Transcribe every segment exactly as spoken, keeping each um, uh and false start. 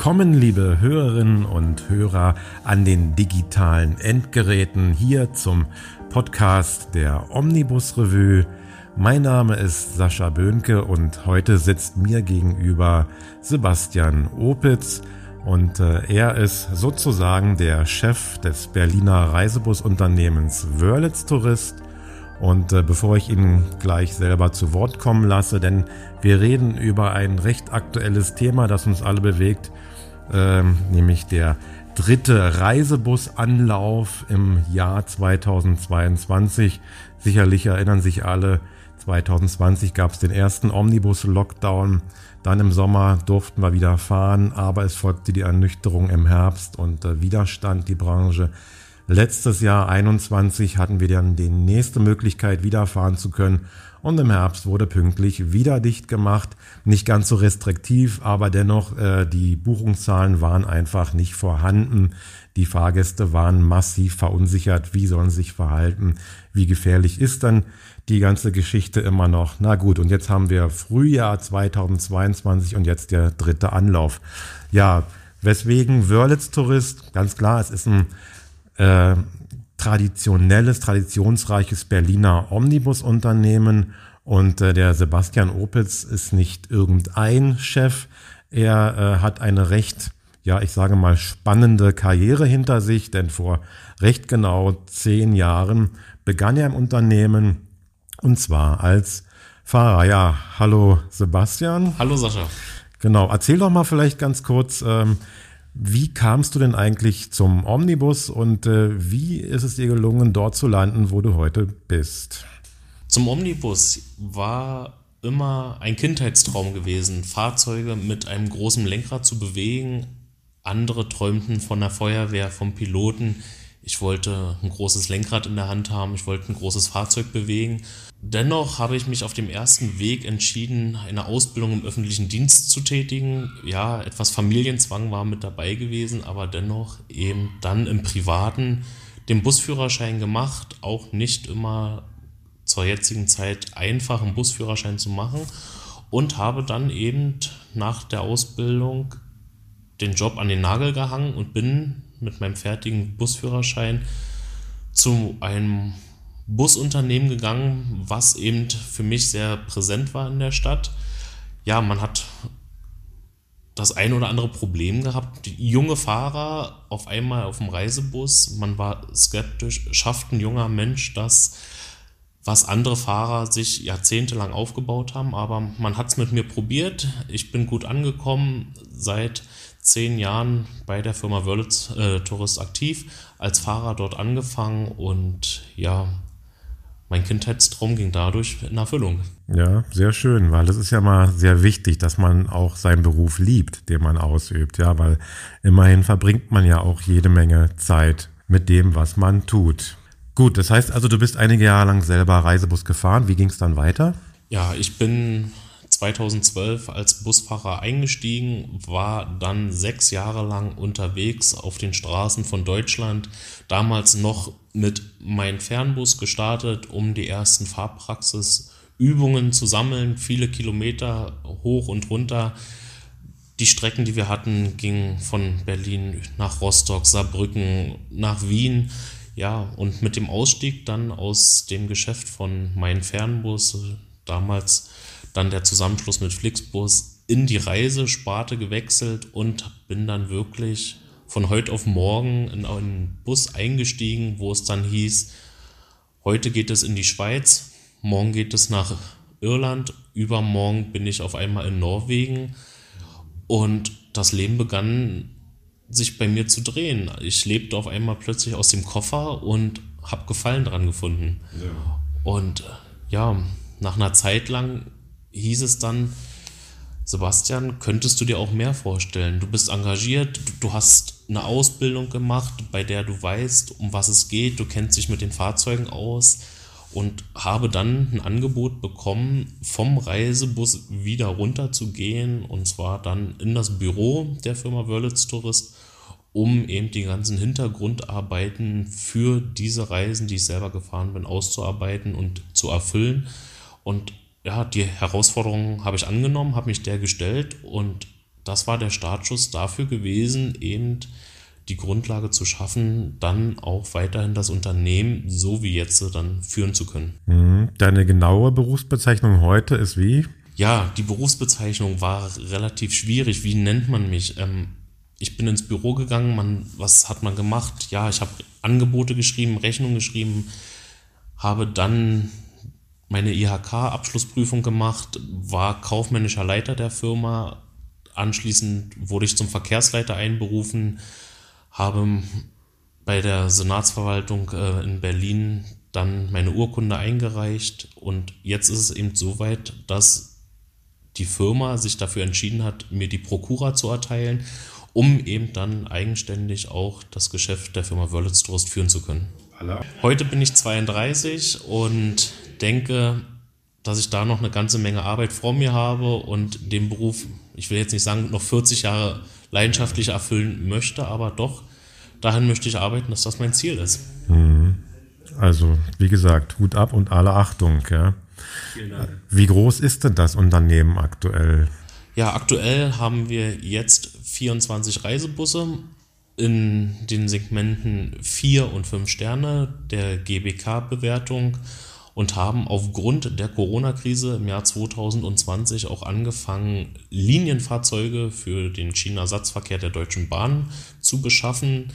Willkommen, liebe Hörerinnen und Hörer an den digitalen Endgeräten hier zum Podcast der Omnibus Revue. Mein Name ist Sascha Böhnke und heute sitzt mir gegenüber Sebastian Opitz und äh, er ist sozusagen der Chef des Berliner Reisebusunternehmens Wörlitz Tourist. Und äh, bevor ich ihn gleich selber zu Wort kommen lasse, denn wir reden über ein recht aktuelles Thema, das uns alle bewegt, äh, nämlich der dritte Reisebusanlauf im Jahr zweitausendzweiundzwanzig. Sicherlich erinnern sich alle, zwanzig zwanzig gab es den ersten Omnibus-Lockdown, dann im Sommer durften wir wieder fahren, aber es folgte die Ernüchterung im Herbst und äh, Widerstand die Branche. Letztes Jahr einundzwanzig hatten wir dann die nächste Möglichkeit, wieder fahren zu können. Und im Herbst wurde pünktlich wieder dicht gemacht. Nicht ganz so restriktiv, aber dennoch, äh, die Buchungszahlen waren einfach nicht vorhanden. Die Fahrgäste waren massiv verunsichert. Wie sollen sie sich verhalten? Wie gefährlich ist dann die ganze Geschichte immer noch? Na gut, und jetzt haben wir Frühjahr zweitausendzweiundzwanzig und jetzt der dritte Anlauf. Ja, weswegen Wörlitz Tourist? Ganz klar, es ist ein Äh, traditionelles, traditionsreiches Berliner Omnibusunternehmen und äh, der Sebastian Opitz ist nicht irgendein Chef. Er äh, hat eine recht, ja ich sage mal spannende Karriere hinter sich, denn vor recht genau zehn Jahren begann er im Unternehmen und zwar als Fahrer. Ja, hallo Sebastian. Hallo Sascha. Genau, erzähl doch mal vielleicht ganz kurz, ähm, wie kamst du denn eigentlich zum Omnibus und äh, wie ist es dir gelungen, dort zu landen, wo du heute bist? Zum Omnibus war immer ein Kindheitstraum gewesen, Fahrzeuge mit einem großen Lenkrad zu bewegen. Andere träumten von der Feuerwehr, vom Piloten. Ich wollte ein großes Lenkrad in der Hand haben, ich wollte ein großes Fahrzeug bewegen. Dennoch habe ich mich auf dem ersten Weg entschieden, eine Ausbildung im öffentlichen Dienst zu tätigen. Ja, etwas Familienzwang war mit dabei gewesen, aber dennoch eben dann im Privaten den Busführerschein gemacht. Auch nicht immer zur jetzigen Zeit einfach, einen Busführerschein zu machen. Und habe dann eben nach der Ausbildung den Job an den Nagel gehangen und bin mit meinem fertigen Busführerschein zu einem Busunternehmen gegangen, was eben für mich sehr präsent war in der Stadt. Ja, man hat das ein oder andere Problem gehabt. Die junge Fahrer auf einmal auf dem Reisebus, man war skeptisch, schafft ein junger Mensch das, was andere Fahrer sich jahrzehntelang aufgebaut haben, aber man hat es mit mir probiert. Ich bin gut angekommen, seit zehn Jahren bei der Firma Wörlitz äh, Tourist aktiv, als Fahrer dort angefangen und ja, mein Kindheitstraum ging dadurch in Erfüllung. Ja, sehr schön, weil es ist ja mal sehr wichtig, dass man auch seinen Beruf liebt, den man ausübt, ja, weil immerhin verbringt man ja auch jede Menge Zeit mit dem, was man tut. Gut, das heißt also, du bist einige Jahre lang selber Reisebus gefahren. Wie ging es dann weiter? Ja, ich bin zweitausendzwölf als Busfahrer eingestiegen, war dann sechs Jahre lang unterwegs auf den Straßen von Deutschland, damals noch mit meinem Fernbus gestartet, um die ersten Fahrpraxisübungen zu sammeln, viele Kilometer hoch und runter. Die Strecken, die wir hatten, gingen von Berlin nach Rostock, Saarbrücken, nach Wien. Ja, und mit dem Ausstieg dann aus dem Geschäft von meinem Fernbus, damals dann der Zusammenschluss mit Flixbus, in die Reisesparte gewechselt und bin dann wirklich von heute auf morgen in einen Bus eingestiegen, wo es dann hieß, heute geht es in die Schweiz, morgen geht es nach Irland, übermorgen bin ich auf einmal in Norwegen und das Leben begann sich bei mir zu drehen. Ich lebte auf einmal plötzlich aus dem Koffer und habe Gefallen dran gefunden. Ja. Und ja, nach einer Zeit lang hieß es dann, Sebastian, könntest du dir auch mehr vorstellen? Du bist engagiert, du, du hast eine Ausbildung gemacht, bei der du weißt, um was es geht, du kennst dich mit den Fahrzeugen aus und habe dann ein Angebot bekommen, vom Reisebus wieder runter zu gehen und zwar dann in das Büro der Firma Wörlitz Tourist, um eben die ganzen Hintergrundarbeiten für diese Reisen, die ich selber gefahren bin, auszuarbeiten und zu erfüllen. Und ja, die Herausforderung habe ich angenommen, habe mich der gestellt und das war der Startschuss dafür gewesen, eben die Grundlage zu schaffen, dann auch weiterhin das Unternehmen so wie jetzt dann führen zu können. Deine genaue Berufsbezeichnung heute ist wie? Ja, die Berufsbezeichnung war relativ schwierig. Wie nennt man mich? Ähm, ich bin ins Büro gegangen, man, was hat man gemacht? Ja, ich habe Angebote geschrieben, Rechnungen geschrieben, habe dann meine I H K-Abschlussprüfung gemacht, war kaufmännischer Leiter der Firma. Anschließend wurde ich zum Verkehrsleiter einberufen, habe bei der Senatsverwaltung äh, in Berlin dann meine Urkunde eingereicht und jetzt ist es eben so weit, dass die Firma sich dafür entschieden hat, mir die Prokura zu erteilen, um eben dann eigenständig auch das Geschäft der Firma Wörlitz Tourist führen zu können. Heute bin ich zweiunddreißig und denke, dass ich da noch eine ganze Menge Arbeit vor mir habe und den Beruf, ich will jetzt nicht sagen, noch vierzig Jahre leidenschaftlich erfüllen möchte, aber doch, dahin möchte ich arbeiten, dass das mein Ziel ist. Also, wie gesagt, Hut ab und alle Achtung. Ja. Vielen Dank. Wie groß ist denn das Unternehmen aktuell? Ja, aktuell haben wir jetzt vierundzwanzig Reisebusse in den Segmenten vier und fünf Sterne der G B K-Bewertung und haben aufgrund der Corona-Krise im Jahr zweitausendzwanzig auch angefangen, Linienfahrzeuge für den Schienenersatzverkehr der Deutschen Bahn zu beschaffen,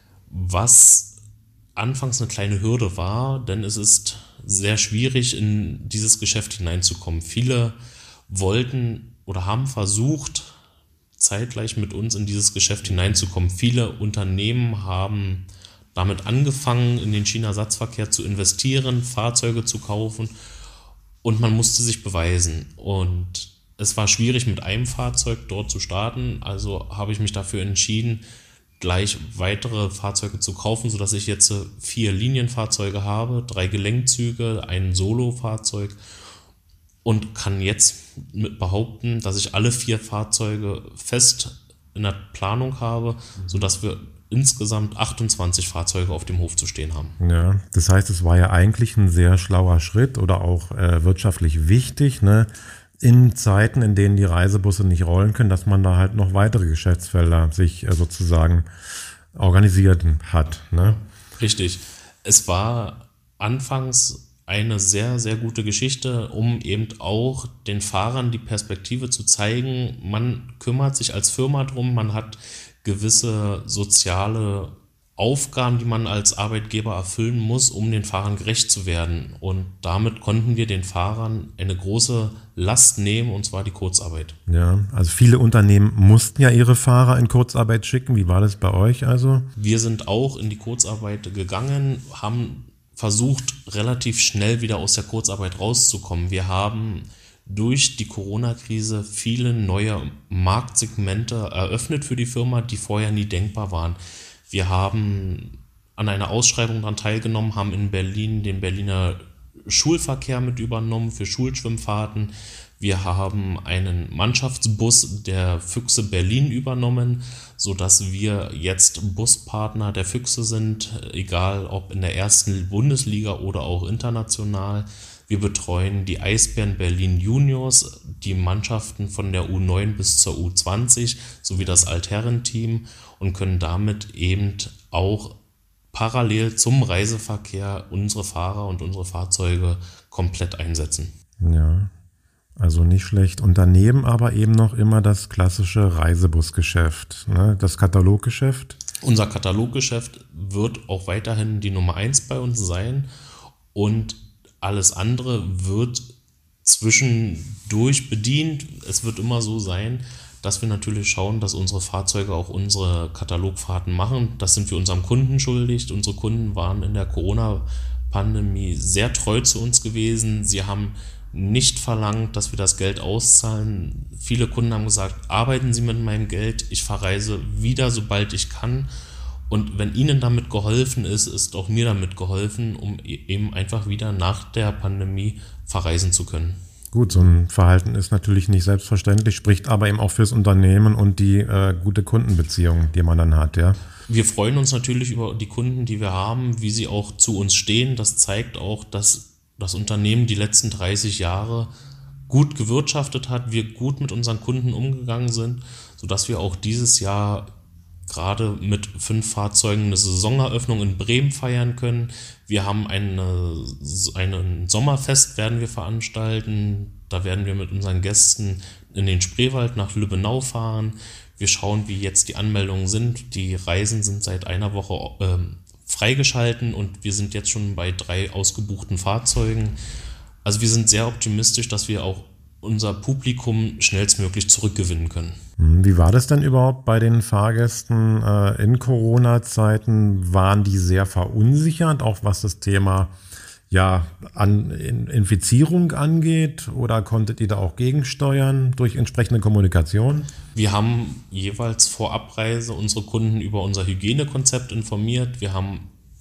was anfangs eine kleine Hürde war, denn es ist sehr schwierig, in dieses Geschäft hineinzukommen. Viele wollten oder haben versucht, zeitgleich mit uns in dieses Geschäft hineinzukommen. Viele Unternehmen haben damit angefangen, in den Schienenersatzverkehr zu investieren, Fahrzeuge zu kaufen und man musste sich beweisen. Und es war schwierig, mit einem Fahrzeug dort zu starten, also habe ich mich dafür entschieden, gleich weitere Fahrzeuge zu kaufen, sodass ich jetzt vier Linienfahrzeuge habe, drei Gelenkzüge, ein Solo-Fahrzeug und kann jetzt mit behaupten, dass ich alle vier Fahrzeuge fest in der Planung habe, sodass wir insgesamt achtundzwanzig Fahrzeuge auf dem Hof zu stehen haben. Ja, das heißt, es war ja eigentlich ein sehr schlauer Schritt oder auch äh, wirtschaftlich wichtig, ne, in Zeiten, in denen die Reisebusse nicht rollen können, dass man da halt noch weitere Geschäftsfelder sich äh, sozusagen organisiert hat. Ne? Richtig. Es war anfangs eine sehr, sehr gute Geschichte, um eben auch den Fahrern die Perspektive zu zeigen, man kümmert sich als Firma drum, man hat gewisse soziale Aufgaben, die man als Arbeitgeber erfüllen muss, um den Fahrern gerecht zu werden. Und damit konnten wir den Fahrern eine große Last nehmen, und zwar die Kurzarbeit. Ja, also viele Unternehmen mussten ja ihre Fahrer in Kurzarbeit schicken. Wie war das bei euch also? Wir sind auch in die Kurzarbeit gegangen, haben versucht, relativ schnell wieder aus der Kurzarbeit rauszukommen. Wir haben durch die Corona-Krise viele neue Marktsegmente eröffnet für die Firma, die vorher nie denkbar waren. Wir haben an einer Ausschreibung daran teilgenommen, haben in Berlin den Berliner Schulverkehr mit übernommen für Schulschwimmfahrten. Wir haben einen Mannschaftsbus der Füchse Berlin übernommen, sodass wir jetzt Buspartner der Füchse sind, egal ob in der ersten Bundesliga oder auch international. Wir betreuen die Eisbären Berlin Juniors, die Mannschaften von der U neun bis zur U zwanzig sowie das Altherrenteam und können damit eben auch parallel zum Reiseverkehr unsere Fahrer und unsere Fahrzeuge komplett einsetzen. Ja, also nicht schlecht. Und daneben aber eben noch immer das klassische Reisebusgeschäft, ne? Das Kataloggeschäft. Unser Kataloggeschäft wird auch weiterhin die Nummer eins bei uns sein und alles andere wird zwischendurch bedient. Es wird immer so sein, dass wir natürlich schauen, dass unsere Fahrzeuge auch unsere Katalogfahrten machen. Das sind wir unserem Kunden schuldig. Unsere Kunden waren in der Corona-Pandemie sehr treu zu uns gewesen. Sie haben nicht verlangt, dass wir das Geld auszahlen. Viele Kunden haben gesagt, arbeiten Sie mit meinem Geld, ich verreise wieder, sobald ich kann. Und wenn Ihnen damit geholfen ist, ist auch mir damit geholfen, um eben einfach wieder nach der Pandemie verreisen zu können. Gut, so ein Verhalten ist natürlich nicht selbstverständlich, spricht aber eben auch fürs Unternehmen und die äh, gute Kundenbeziehung, die man dann hat, ja. Wir freuen uns natürlich über die Kunden, die wir haben, wie sie auch zu uns stehen. Das zeigt auch, dass das Unternehmen die letzten dreißig Jahre gut gewirtschaftet hat, wir gut mit unseren Kunden umgegangen sind, sodass wir auch dieses Jahr gerade mit fünf Fahrzeugen eine Saisoneröffnung in Bremen feiern können. Wir haben eine, ein Sommerfest werden wir veranstalten. Da werden wir mit unseren Gästen in den Spreewald nach Lübbenau fahren. Wir schauen, wie jetzt die Anmeldungen sind. Die Reisen sind seit einer Woche äh, freigeschalten und wir sind jetzt schon bei drei ausgebuchten Fahrzeugen. Also wir sind sehr optimistisch, dass wir auch unser Publikum schnellstmöglich zurückgewinnen können. Wie war das denn überhaupt bei den Fahrgästen äh, in Corona-Zeiten? Waren die sehr verunsichert, auch was das Thema ja, an Infizierung angeht? Oder konntet ihr da auch gegensteuern durch entsprechende Kommunikation? Wir haben jeweils vor Abreise unsere Kunden über unser Hygienekonzept informiert. Wir haben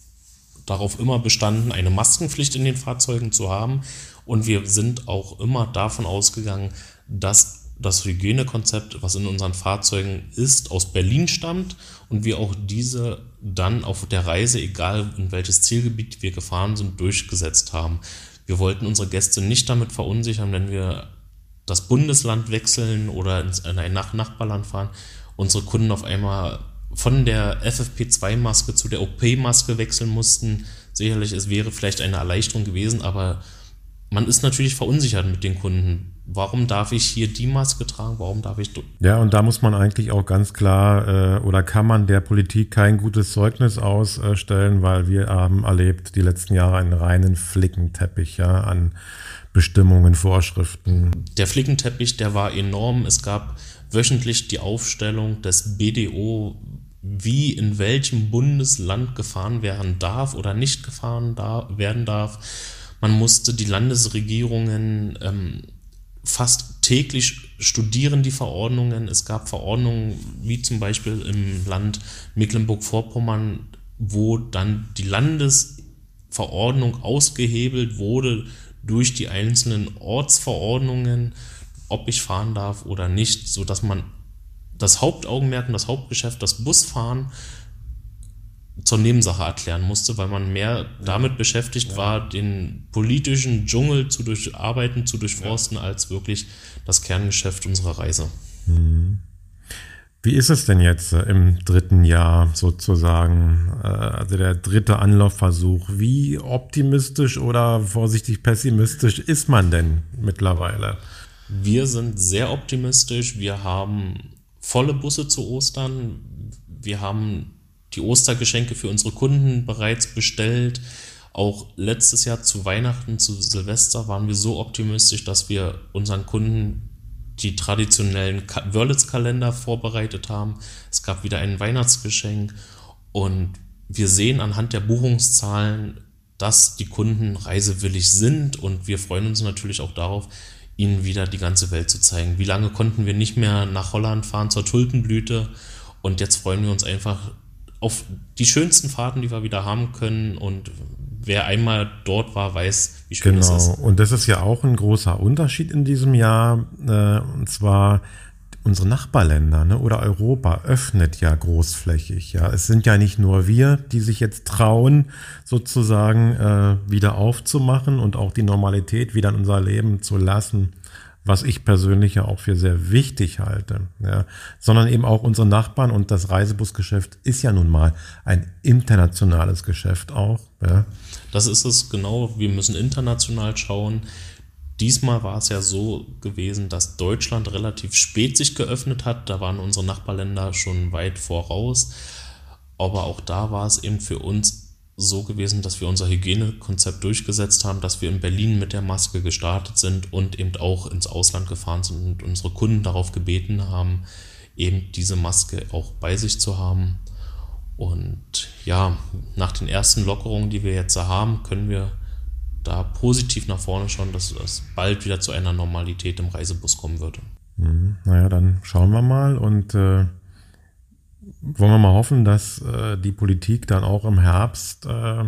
darauf immer bestanden, eine Maskenpflicht in den Fahrzeugen zu haben. Und wir sind auch immer davon ausgegangen, dass das Hygienekonzept, was in unseren Fahrzeugen ist, aus Berlin stammt und wir auch diese dann auf der Reise, egal in welches Zielgebiet wir gefahren sind, durchgesetzt haben. Wir wollten unsere Gäste nicht damit verunsichern, wenn wir das Bundesland wechseln oder in ein Nachbarland fahren, unsere Kunden auf einmal von der F F P zwei Maske zu der O P-Maske wechseln mussten. Sicherlich, es wäre vielleicht eine Erleichterung gewesen, aber man ist natürlich verunsichert mit den Kunden. Warum darf ich hier die Maske tragen? Warum darf ich... Ja, und da muss man eigentlich auch ganz klar äh, oder kann man der Politik kein gutes Zeugnis ausstellen, weil wir haben erlebt die letzten Jahre einen reinen Flickenteppich ja, an Bestimmungen, Vorschriften. Der Flickenteppich, der war enorm. Es gab wöchentlich die Aufstellung des B D O, wie in welchem Bundesland gefahren werden darf oder nicht gefahren da, werden darf. Man musste die Landesregierungen ähm, fast täglich studieren, die Verordnungen. Es gab Verordnungen, wie zum Beispiel im Land Mecklenburg-Vorpommern, wo dann die Landesverordnung ausgehebelt wurde durch die einzelnen Ortsverordnungen, ob ich fahren darf oder nicht, sodass man das Hauptaugenmerk und das Hauptgeschäft, das Busfahren, zur Nebensache erklären musste, weil man mehr damit beschäftigt ja. war, den politischen Dschungel zu durcharbeiten, zu durchforsten, ja. als wirklich das Kerngeschäft unserer Reise. Wie ist es denn jetzt im dritten Jahr sozusagen, also der dritte Anlaufversuch? Wie optimistisch oder vorsichtig pessimistisch ist man denn mittlerweile? Wir sind sehr optimistisch. Wir haben volle Busse zu Ostern. Wir haben die Ostergeschenke für unsere Kunden bereits bestellt. Auch letztes Jahr zu Weihnachten, zu Silvester waren wir so optimistisch, dass wir unseren Kunden die traditionellen Wörlitz-Kalender vorbereitet haben. Es gab wieder ein Weihnachtsgeschenk und wir sehen anhand der Buchungszahlen, dass die Kunden reisewillig sind und wir freuen uns natürlich auch darauf, ihnen wieder die ganze Welt zu zeigen. Wie lange konnten wir nicht mehr nach Holland fahren zur Tulpenblüte und jetzt freuen wir uns einfach auf die schönsten Fahrten, die wir wieder haben können und wer einmal dort war, weiß, wie schön genau. es ist. Und das ist ja auch ein großer Unterschied in diesem Jahr, äh, und zwar unsere Nachbarländer, ne, oder Europa öffnet ja großflächig. Ja, es sind ja nicht nur wir, die sich jetzt trauen, sozusagen äh, wieder aufzumachen und auch die Normalität wieder in unser Leben zu lassen, was ich persönlich ja auch für sehr wichtig halte, ja, sondern eben auch unsere Nachbarn und das Reisebusgeschäft ist ja nun mal ein internationales Geschäft auch. Ja. Das ist es genau, wir müssen international schauen. Diesmal war es ja so gewesen, dass Deutschland relativ spät sich geöffnet hat, da waren unsere Nachbarländer schon weit voraus, aber auch da war es eben für uns so gewesen, dass wir unser Hygienekonzept durchgesetzt haben, dass wir in Berlin mit der Maske gestartet sind und eben auch ins Ausland gefahren sind und unsere Kunden darauf gebeten haben, eben diese Maske auch bei sich zu haben. Und ja, nach den ersten Lockerungen, die wir jetzt haben, können wir da positiv nach vorne schauen, dass es bald wieder zu einer Normalität im Reisebus kommen wird. Mhm. Naja, dann schauen wir mal und äh wollen wir mal hoffen, dass äh, die Politik dann auch im Herbst äh,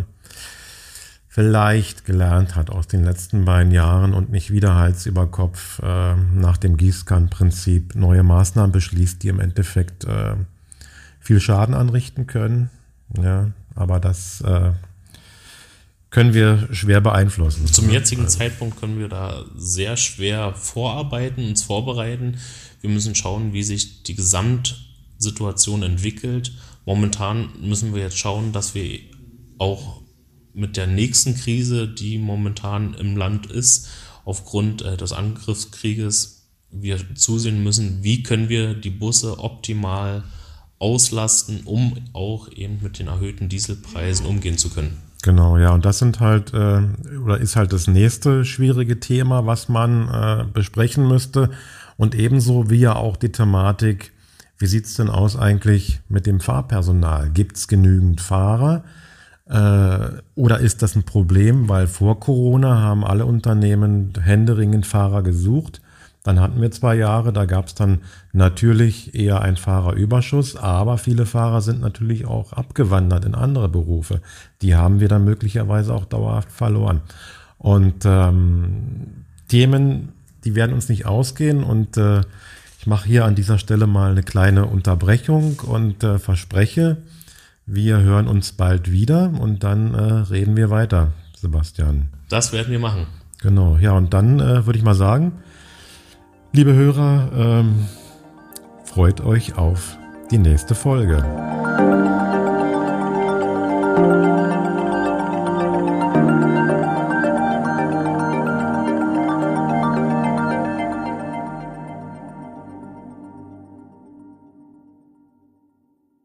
vielleicht gelernt hat aus den letzten beiden Jahren und nicht wieder Hals über Kopf äh, nach dem Gießkannenprinzip neue Maßnahmen beschließt, die im Endeffekt äh, viel Schaden anrichten können. Ja, aber das äh, können wir schwer beeinflussen. Zum jetzigen also. Zeitpunkt können wir da sehr schwer vorarbeiten, uns vorbereiten. Wir müssen schauen, wie sich die Gesamtsituation entwickelt. Momentan müssen wir jetzt schauen, dass wir auch mit der nächsten Krise, die momentan im Land ist, aufgrund äh, des Angriffskrieges, wir zusehen müssen, wie können wir die Busse optimal auslasten, um auch eben mit den erhöhten Dieselpreisen umgehen zu können. Genau, ja, und das sind halt, äh, oder ist halt das nächste schwierige Thema, was man äh, besprechen müsste. Und ebenso wie ja auch die Thematik, wie sieht's denn aus eigentlich mit dem Fahrpersonal? Gibt's genügend Fahrer? Äh, oder ist das ein Problem? Weil vor Corona haben alle Unternehmen händeringend Fahrer gesucht. Dann hatten wir zwei Jahre, da gab es dann natürlich eher einen Fahrerüberschuss, aber viele Fahrer sind natürlich auch abgewandert in andere Berufe. Die haben wir dann möglicherweise auch dauerhaft verloren. Und ähm, Themen, die werden uns nicht ausgehen und äh, ich mache hier an dieser Stelle mal eine kleine Unterbrechung und äh, verspreche, wir hören uns bald wieder und dann äh, reden wir weiter, Sebastian. Das werden wir machen. Genau, ja, und dann äh, würde ich mal sagen, liebe Hörer, ähm, freut euch auf die nächste Folge.